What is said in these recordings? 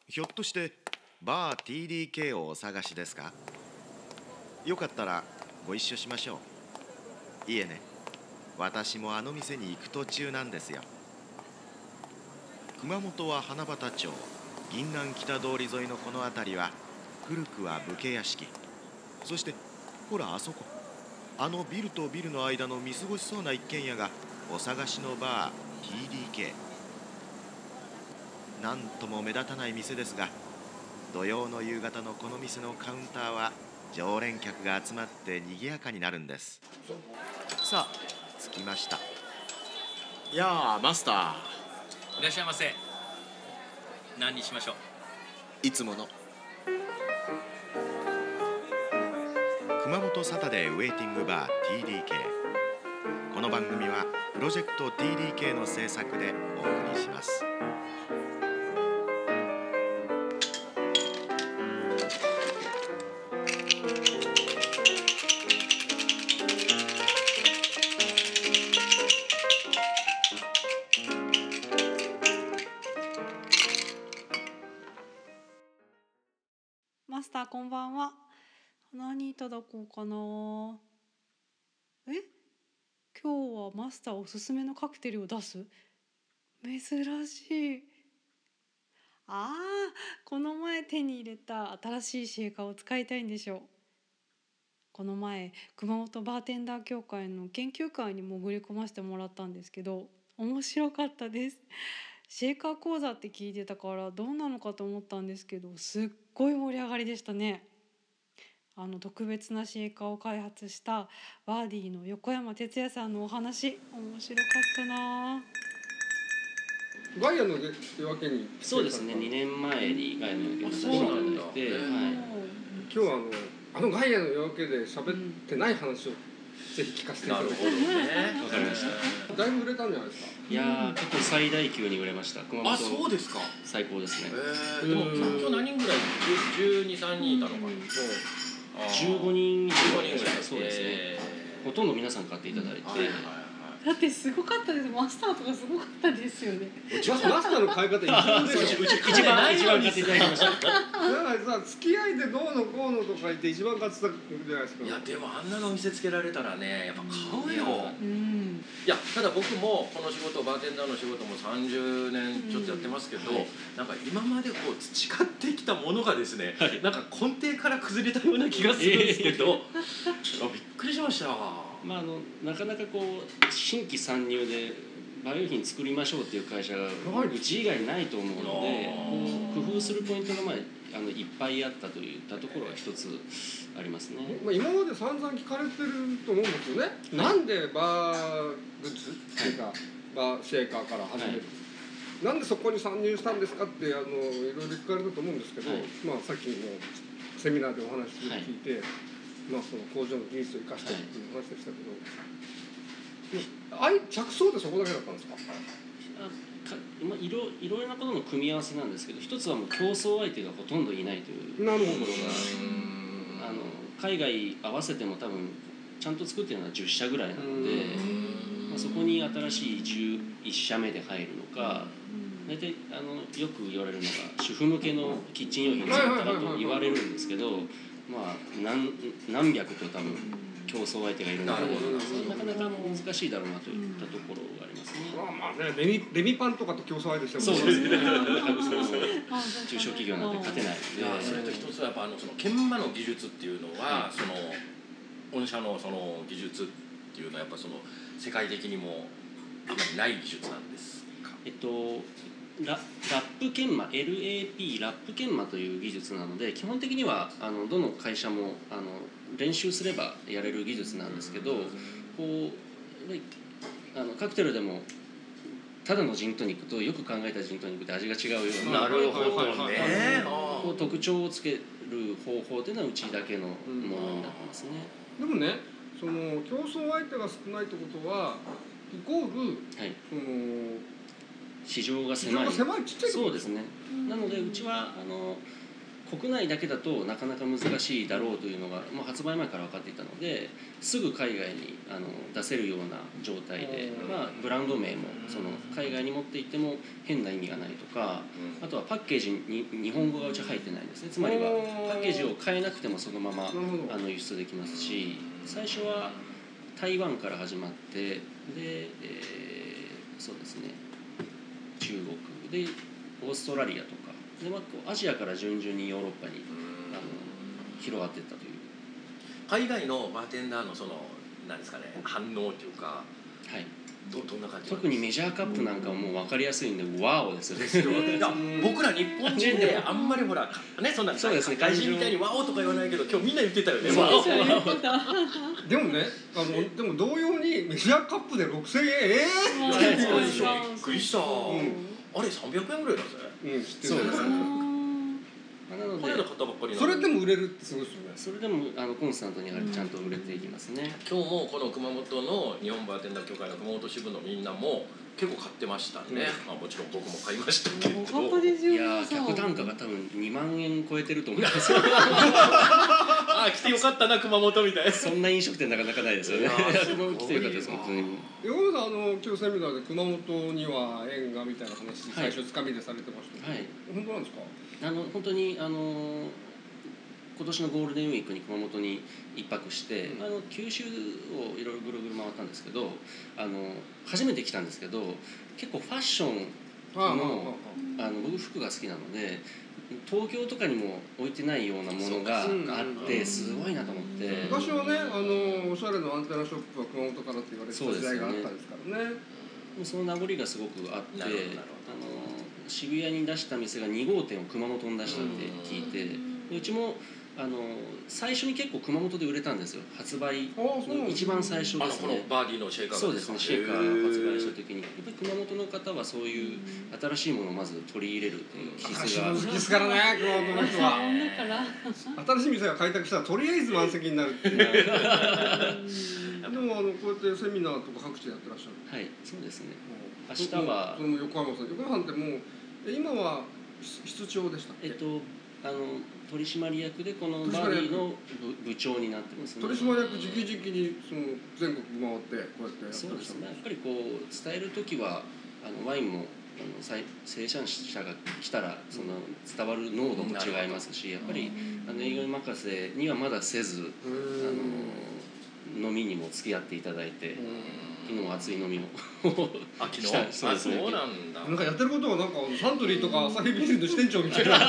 ひょっとしてバー TDK をお探しですか？よかったらご一緒しましょう。いえね、私もあの店に行く途中なんですよ。熊本は花畑町、銀南北通り沿いのこの辺りは古くは武家屋敷、そしてほらあそこ、あのビルとビルの間の見過ごしそうな一軒家がお探しのバー TDK。 なんとも目立たない店ですが、土曜の夕方のこの店のカウンターは常連客が集まって賑やかになるんです。さあ着きました。 いやーマスター、 いらっしゃいませ。何にしましょう？ いつもの。 熊本サタデーウェイティングバー TDK。 この番組はプロジェクト TDK の制作でお送りします。 マスターこんばんは。何いただこうかな。今日はマスターおすすめのカクテルを出す？珍しい。この前手に入れた新しいシェーカーを使いたいんでしょう。この前熊本バーテンダー協会の研究会に潜り込ませてもらったんですけど、面白かったです。シェーカー講座って聞いてたからどうなのかと思ったんですけど、すっごい盛り上がりでしたね。特別なシェーカーを開発したバーディーの横山哲也さんのお話、面白かったな。 ガイアの夜明けに。 そうですね、2年前にガイアの夜明けに出していただいて、 今日はガイアの夜明けで喋ってない話をぜひ聞かせていただきたい。 なるほどね。 わかりました。 だいぶ売れたんじゃないですか？ いやー、過去最大級に売れました。熊本あ、そうですか。 最高ですね。 でも今日何人ぐらい？12、3人いたのかな。 15人ぐらい。そうですね。ほとんど皆さん買っていただいて。 だってすごかったです。マスターとかすごかったですよね。 マスターの買い方一番ですよ。 一番買っていただきました。 だからさ、付き合いでどうのこうのとか言って一番買ってたんじゃないですか。 いやでもあんなの見せつけられたらね、やっぱ買うよ。いやただ僕もこの仕事、バーテンダーの仕事も30年ちょっとやってますけど、なんか今までこう培ってきたものがですね、なんか根底から崩れたような気がするんですけど、びっくりしました。 なかなかこう新規参入でバイオ品作りましょうっていう会社がうち以外ないと思うので、こう工夫するポイントがいっぱいあったといったところが一つありますね。 今まで散々聞かれてると思うんですよね。なんでバーグッズっていうか、バーシェーカーから始める、なんでそこに参入したんですかっていろいろ聞かれたと思うんですけど、さっきのセミナーでお話聞いて、その工場の技術を生かしてっていう話でしたけど、着想ってそこだけだったんですか？ いろいろなことの組み合わせなんですけど、一つはもう競争相手がほとんどいないというところが、海外合わせても多分ちゃんと作ってるのは10社ぐらいなので、そこに新しい11社目で入るのか、大体よく言われるのが主婦向けのキッチン用品作ったらと言われるんですけど、何百と多分競争相手がいるので、なかなか難しいだろうなといったところがありますね。 レミパンとかと競争相手してもそうですね。中小企業なんて勝てないので。 それと一つはやっぱその研磨の技術っていうのは、その御社のその技術っていうのはやっぱその世界的にもあまりない技術なんですか？ ラップ研磨 LAP ラップ研磨という技術なので、基本的にはどの会社も練習すればやれる技術なんですけど、こうカクテルでもただのジントニックとよく考えたジントニックで味が違うような、 なるほどね。 こう特徴をつける方法というのはうちだけのものになってますね。 でもね、その競争相手が少ないってことはイコール、その市場が狭い。 ちっちゃい。 そうですね。なのでうちは国内だけだとなかなか難しいだろうというのが、発売前から分かっていたのですぐ海外に出せるような状態で、ブランド名もその海外に持っていっても変な意味がないとか、あとはパッケージに日本語がうち入ってないんですね。つまりはパッケージを変えなくてもそのまま輸出できますし、最初は台湾から始まってで、そうですね、中国でオーストラリアとかで、アジアから順々にヨーロッパに広がっていったという。 海外のバーテンダーのその何ですかね、反応というか、 はい、 どんな感じ？ 特にメジャーカップなんかはもう分かりやすいんで、ワオですよね。 いや僕ら日本人であんまりほらね、そんなそうですね、 外人みたいにワオとか言わないけど、今日みんな言ってたよね。 ワオでもね、でも同様にメジャーカップで6000円、 びっくりした。あれ300円ぐらいだぜ。 知ってる。 そうですね。なのでこれの方ばっかりなの。 それでも売れるってすごいですよね。 それでもコンスタントにやはりちゃんと売れていきますね。 今日もこの熊本の日本バーテンダー協会の熊本支部のみんなも結構買ってましたね。もちろん僕も買いましたけど。 いや客単価が多分2万円超えてると思いますよ。 あ、来てよかったな熊本みたいな。 そんな飲食店なかなかないですよね。来てよかったです本当に。 横田さん今日セミナーで熊本には縁がみたいな話最初つかみでされてましたけど、 はい、 本当なんですか？ 本当に今年のゴールデンウィークに熊本に一泊して、九州をいろいろぐるぐる回ったんですけど、初めて来たんですけど、結構ファッションの僕服が好きなので、東京とかにも置いてないようなものがあってすごいなと思って。 昔はねおしゃれのアンテナショップは熊本からって言われてた時代があったですからね。 その名残がすごくあって、渋谷に出した店が2号店を熊本に出したって聞いて、うちも最初に結構熊本で売れたんですよ。発売の一番最初ですね。 このバーディーのシェイカーがそうですね、シェイカーが発売した時にやっぱり熊本の方はそういう新しいものをまず取り入れるという気質が。 好きですからね、熊本の人は。新しい店が開拓したらとりあえず満席になるっていう。でもこうやってセミナーとか各地でやってらっしゃる。 はい、そうですね。明日は横浜さんってもう今は室長でしたっけ？ 取締役でこのバーディーの部長になってますね。 取締役直々にその全国回ってこうやってやってらっしゃる。 そうですね。やっぱりこう伝える時はワインも生産者が来たらその伝わる濃度も違いますし、やっぱり営業任せにはまだせず飲みにも付き合っていただいて。昨日熱い飲みも昨日そうですね。 そうなんだ。 なんかやってることはなんかサントリーとかアサヒビールの支店長みたいな。 い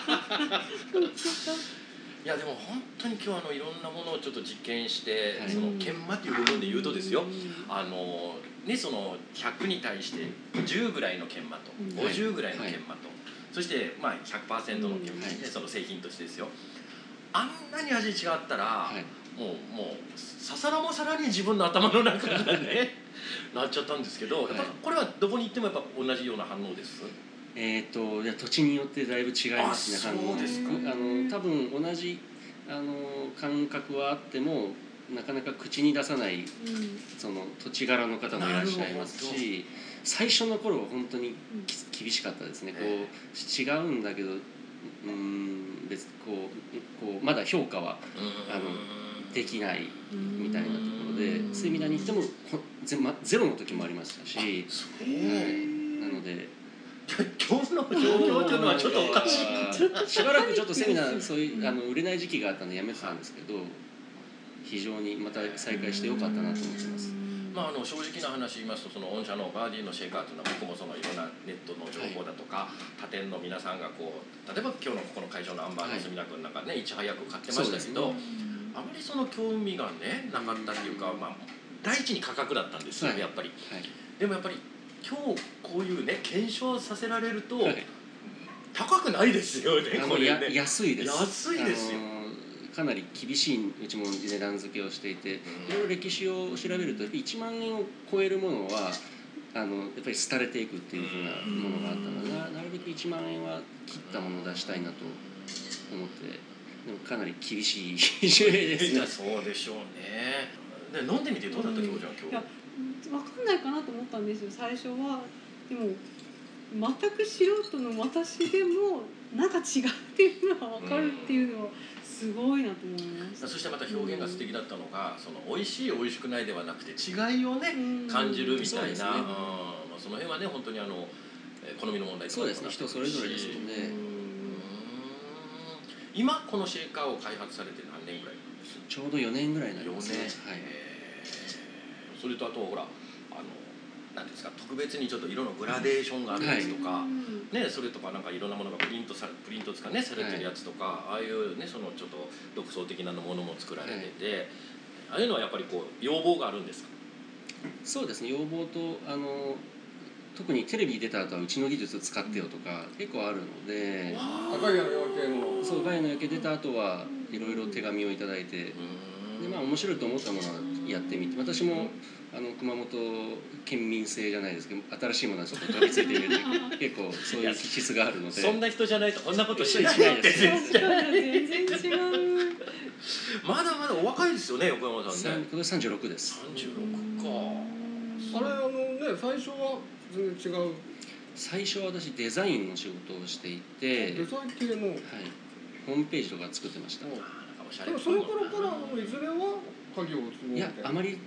やでも本当に今日いろんなものをちょっと実験して、その研磨っていう部分で言うとですよ、ね、その100に対して10ぐらいの研磨と50ぐらいの研磨と、そして100% の研磨ね、その製品としてですよ。あんなに味違ったら、もうささらもさらに自分の頭の中がねなっちゃったんですけど、やっぱこれはどこに行ってもやっぱ同じような反応です。 土地によってだいぶ違いますね。 そうですか。 多分同じ感覚はあってもなかなか口に出さない、その土地柄の方もいらっしゃいますし、最初の頃は本当に厳しかったですね。こう違うんだけど別こうまだ評価はできないみたいなところで、セミナーに行ってもゼロの時もありましたし、なので今日の状況というのはちょっとおかしい。 しばらくちょっとセミナーそういう売れない時期があったんでやめてたんですけど、非常にまた再開してよかったなと思ってます。 正直な話言いますと、その御社のバーディーのシェイカーというのは僕もそのいろんなネットの情報だとか、他店の皆さんがこう例えば今日のここの会場のアンバーのセミナー君なんかね、いち早く買ってましたけど、あまりその興味がねなかったっていうか、第一に価格だったんですよね、やっぱり。でもやっぱり今日こういうね検証させられると、高くないですよね。これね安いです。 安いですよ。 かなり厳しいうちも値段付けをしていて、いろいろ歴史を調べると1万円を超えるものはやっぱり廃れていくっていうふうなものがあったので、なるべく1万円は切ったものを出したいなと思って、でもかなり厳しいですね。 そうでしょうね。で飲んでみてどうだった今日じゃん今日。 分かんないかなと思ったんですよ最初は。でも全く素人の私でもなんか違うっていうのは分かるっていうのはすごいなと思いました。 そしてまた表現が素敵だったのが、その美味しい美味しくないではなくて違いをね感じるみたいな、その辺はね本当に好みの問題とかそうですね、人それぞれですよね。 今このシェーカーを開発されて何年ぐらいなんですか？ ちょうど4年ぐらいになりますね。 4年、それとあとほらなんですか、特別にちょっと色のグラデーションがあるやつとか、ね、それとかなんかいろんなものがプリントですかね、されてるやつとか、ああいうねそのちょっと独創的なものも作られてて、ああいうのはやっぱりこう要望があるんですか？ そうですね、要望と特にテレビに出た後はうちの技術使ってよとか結構あるので、 高い夜明けのそうガイの夜明け出た後はいろいろ手紙をいただいて、で面白いと思ったものはやってみて、私も熊本県民性じゃないですけど新しいものはちょっと飛びついてみる結構そういう気質があるので、 そんな人じゃないとこんなことしないです。 全然違う。 まだまだお若いですよね、横山さんね。 今年36です。 36か。 あれ最初は全然違う。 最初は私デザインの仕事をしていて、 デザイン系の、 ホームページとか作ってました。 その頃からいずれは家業を継ごうみたいな。 いや、あまり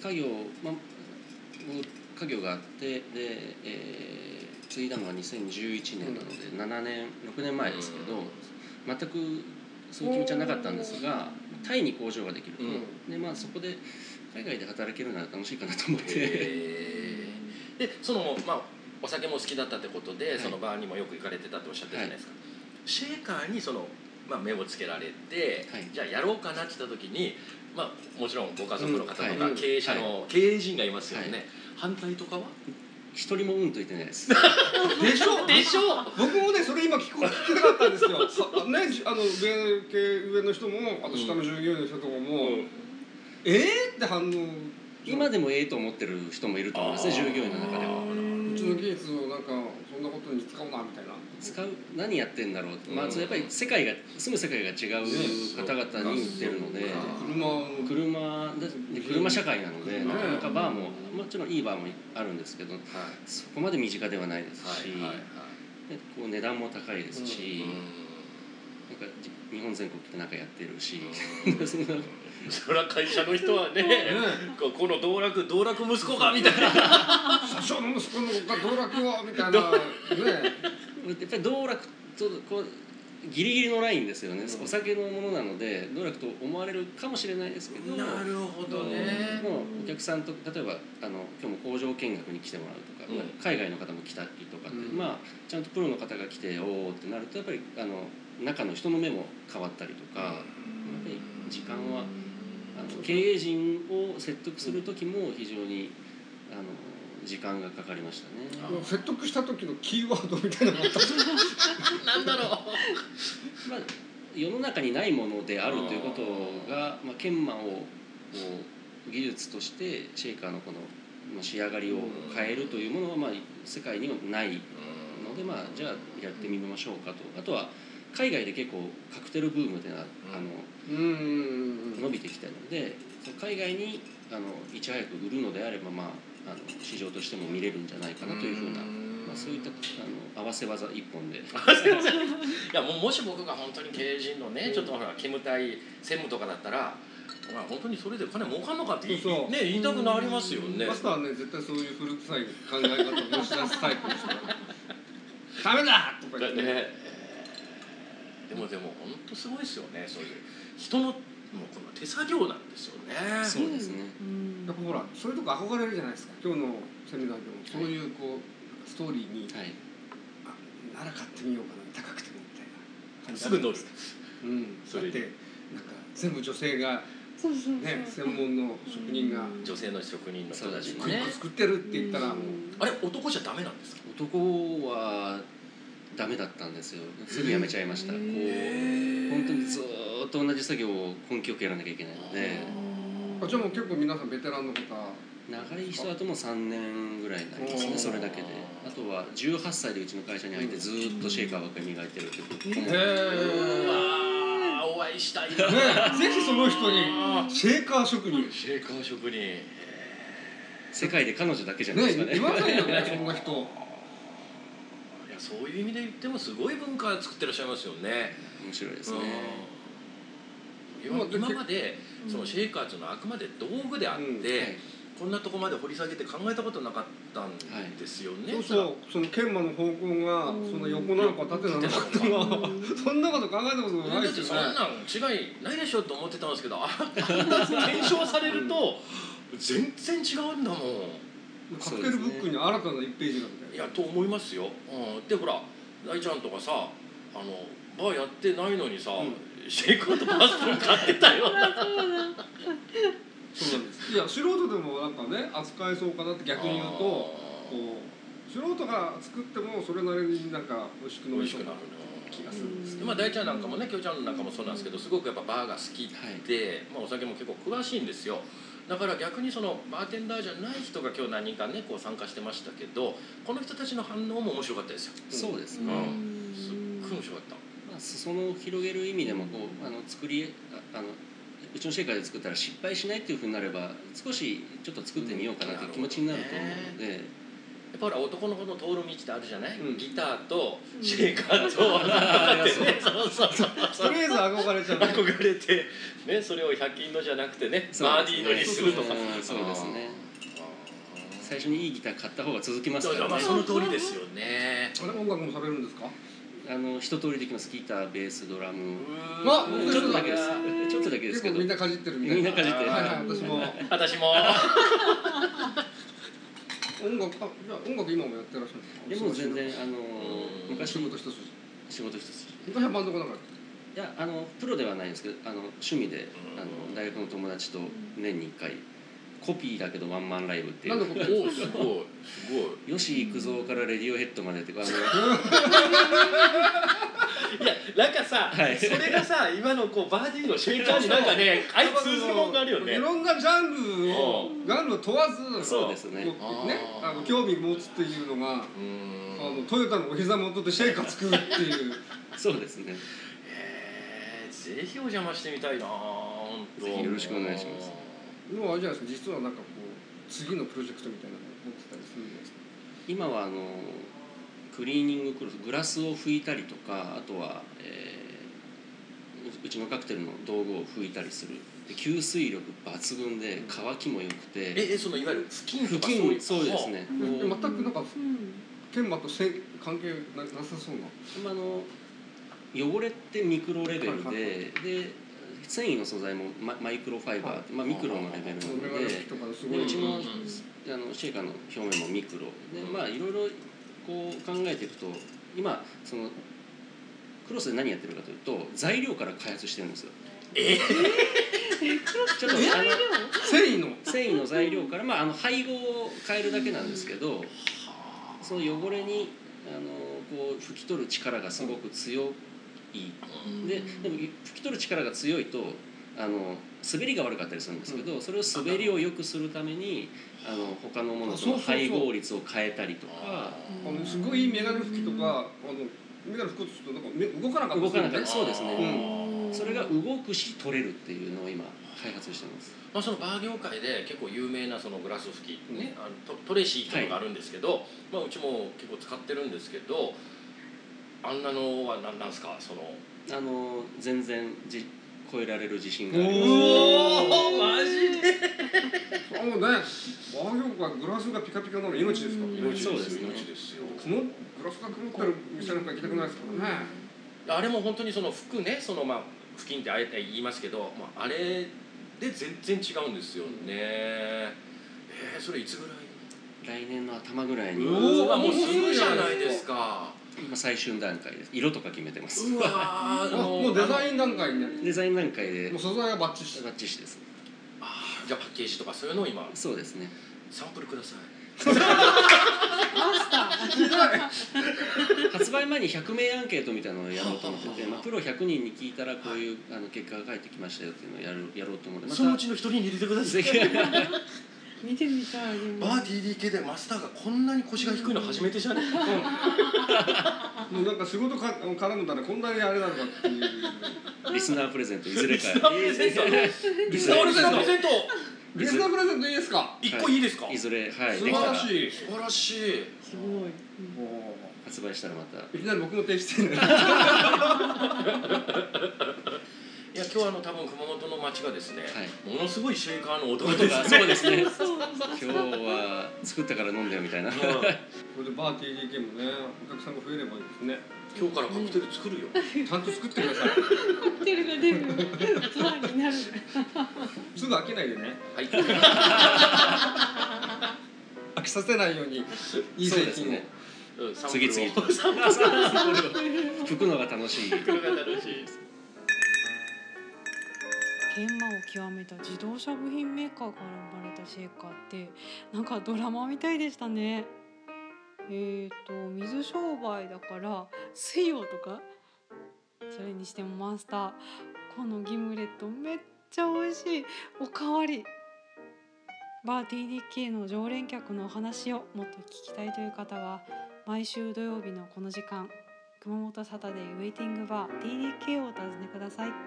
家業があってで、継いだのは2011年なので6年前ですけど、全くそういう気持ちはなかったんですが、タイに工場ができると、でそこで海外で働けるのは楽しいかなと思って、 でお酒も好きだったってことで、そのバーにもよく行かれてたっておっしゃったじゃないですか。シェーカーに目をつけられて、じゃあやろうかなって言った時に、もちろんご家族の方とか経営陣がいますよね。反対とかは一人もうんと言ってないです。 でしょ。僕もねそれ今聞きたかったんですよ。ね、上の人もあと下の従業員の人とかも、って反応。 今でもと思ってる人もいると思いますね、従業員の中では。 うちの技術をなんかそんなことに使うなみたいな。 何やってんだろうって、まずやっぱり住む世界が違う方々に売ってるので、車社会なので、なかなかバーももちろんいいバーもあるんですけど、そこまで身近ではないですし、こう値段も高いですし、なんか日本全国でなんかやってるし、 それは会社の人はね、この道楽息子かみたいな、 社長の息子のが道楽はみたいなね。 やっぱり道楽とこうギリギリのラインですよね。お酒のものなので道楽と思われるかもしれないですけど、 なるほどね。 もうお客さんと例えば今日も工場見学に来てもらうとか、海外の方も来たりとかで、ちゃんとプロの方が来ておーってなるとやっぱり中の人の目も変わったりとか、やっぱり時間は経営陣を説得する時も非常に時間がかかりましたね。 説得した時のキーワードみたいなのがあったなんだろう。 世の中にないものであるということが、研磨を技術としてシェイカーのこの仕上がりを変えるというものは世界にはないので、じゃあやってみましょうかと。あとは海外で結構カクテルブームで伸びてきたので、海外にいち早く売るのであれば、市場としても見れるんじゃないかなというふうな、そういった合わせ技一本で。いやもし僕が本当に経営陣のね、ちょっとほら煙たい専務とかだったら、本当にそれで金儲かんのかって言いたくなりますよね。 マスターはね絶対そういう古臭い考え方を持ち出すタイプですから。ダメだとか言ってね。 でも本当すごいですよね。そういう人のこの手作業なんですよね。 そうですね。 やっぱほらそういうとこ憧れるじゃないですか。今日のセミナーでもそういうストーリーに、なら買ってみようかな、高くてもみたいな感じ。 すぐ乗る。 それでなんか全部女性がね、専門の職人が女性の職人の人たちにね作ってるって言ったらもうあれ男じゃダメなんですか？ 男はダメだったんですよ。すぐ辞めちゃいました。本当にずっと同じ作業を根気よくやらなきゃいけないので。 じゃあもう結構皆さんベテランの方。 長い人だともう3年ぐらいになりますね、それだけで。あとは18歳でうちの会社に入ってずっとシェイカーばっかり磨いてるっていう子も。 お会いしたいな。 ぜひその人にシェイカー職人。 世界で彼女だけじゃないですかね。 いませんよね、そんな人。 やそういう意味で言ってもすごい文化作ってらっしゃいますよね。 面白いですね。 今までそのシェイカーっていうのはあくまで道具であって、 はいこんなとこまで掘り下げて考えたことなかったんですよね。 そうそう、その研磨の方向がその横なのか縦なのかとかそんなこと考えたことないですよね。 そんなん違いないでしょと思ってたんですけど、検証されると全然違うんだもん。 カクテルブックに新たな1ページなんだよ。 いやと思いますよ。でほら大ちゃんとかさバーやってないのにさ、シェイカーとバスプーン買ってたよ。 そうなんです。いや素人でもなんかね扱えそうかなって逆に言うとこう素人が作ってもそれなりになんか美味しく飲めそうな気がするんですけど。 大ちゃんなんかもね、きょうちゃんなんかもそうなんですけど、すごくやっぱバーが好きで、お酒も結構詳しいんですよ。だから逆にそのバーテンダーじゃない人が今日何人かねこう参加してましたけど、この人たちの反応も面白かったですよ。 そうですね。 すっごい面白かった。 裾野を広げる意味でもこう作りうちのシェイカーで作ったら失敗しないっていうふうになれば少しちょっと作ってみようかなという気持ちになると思うので、 やっぱほら男の子の通る道ってあるじゃない、ギターとシェイカーとなんかってね、 とりあえず憧れちゃう、 憧れてね、それを100均のじゃなくてねバーディーのにするとか。 そうですね。最初にいいギター買った方が続きますからね。 その通りですよね。 あれ音楽もされるんですか？ 一通りできます。ギター、ベース、ドラム。 ちょっとだけです。ちょっとだけですけど。 みんなかじってるみたいな。 みんなかじってる。 私も。 音楽今もやってらっしゃるんですか？ でも全然昔仕事一筋。昔はバンドかなんか。 いやプロではないんですけど趣味で大学の友達と年に1回コピーだけどワンマンライブっていう。 なんですごいすごい。 吉幾三からレディオヘッドまでっていやなんかさ、それがさ今のこうバーディーのシェイカーになんかね相通ずるもんがあるよね。 いろんなジャンルを問わずそうですね。 興味持つっていうのがトヨタのお膝元でシェイカー作るっていう。 そうですね。 ぜひお邪魔してみたいな。本当。 ぜひよろしくお願いします。 でもあれじゃないですか、実はなんかこう次のプロジェクトみたいなの持ってたりするんじゃないですか。 今はクリーニングクロス、グラスを拭いたりとか、あとは、うちのカクテルの道具を拭いたりする。で吸水力抜群で乾きも良くて。 そのいわゆる布巾とかそうですね。 全くなんか研磨と関係なさそうな。 汚れってミクロレベルで、繊維の素材もマイクロファイバー、ミクロのレベルなので、うちのシェイカーの表面もミクロで、いろいろこう考えていくと、今そのクロスで何やってるかというと材料から開発してるんですよ。ちょっと繊維の材料から配合を変えるだけなんですけど、その汚れにこう拭き取る力がすごく強い。でも拭き取る力が強いと滑りが悪かったりするんですけど、それを滑りを良くするために他のものとの配合率を変えたりとか。 すごいメガネ拭きとかメガネ拭こうとするとなんか動かなかった動かなかった。そうですね。それが動くし取れるっていうのを今開発してます。 そのバー業界で結構有名なそのグラス拭きね、トレシーっていうのがあるんですけど、うちも結構使ってるんですけど、あんなのはなんですか？ 全然超えられる自信があります。 マジで？ バー業界グラスがピカピカなの命ですからね。 そうですね。 命ですよ。 グラスが曇ってる店なんか行きたくないですからね。 あれも本当にその服ね、その布巾ってあえて言いますけど、あれで全然違うんですよね。それいつぐらい？ 来年の頭ぐらいに。 もうすぐじゃないですか。 今最終段階です。色とか決めてます。 もうデザイン段階ね。 デザイン段階で。 もう素材はバッチシ。 バッチシです。 じゃあパッケージとかそういうのを今。 そうですね。 サンプルください。 発売前に100名アンケートみたいなのをやろうと思ってて、プロ100人に聞いたらこういう結果が返ってきましたよっていうのをやろうと思って、 そのうちの一人に入れてください。 見てみたい。 バー TDK でマスターがこんなに腰が低いの初めてじゃね？ もうなんか仕事絡むたらこんなにあれなのかっていう。 リスナープレゼントいずれか。 リスナープレゼント。リスナープレゼントいいですか？ 一個いいですか？ いずれ素晴らしい。 素晴らしい。 すごい。 発売したらまたいきなり僕の提出になるいや今日多分熊本の街がですね、 はいものすごいシェイカーの音が音がそうですねそう今日は作ったから飲んだよみたいなこれでバー TDK もねお客さんが増えればいいですね。 今日からカクテル作るよ。 ちゃんと作ってください。 ホテルが出るバーになる。 すぐ飽きないでね。 はい。 飽きさせないようにいい製品を、 ねサンプルを次々とサンプルを吹くのが楽しい作るのが楽しいです。 研磨を極めた自動車部品メーカーから生まれたシェーカーってなんかドラマみたいでしたね。水商売だから水曜とか、それにしてもマスターこのギムレットめっちゃ美味しい。おかわり。バー TDK の常連客のお話をもっと聞きたいという方は毎週土曜日のこの時間、熊本サタデーウェイティングバー TDK をお尋ねください。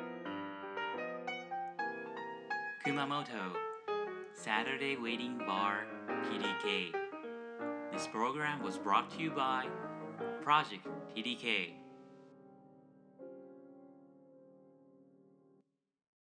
Kumamoto Saturday Waiting Bar TDK. This program was brought to you by Project TDK.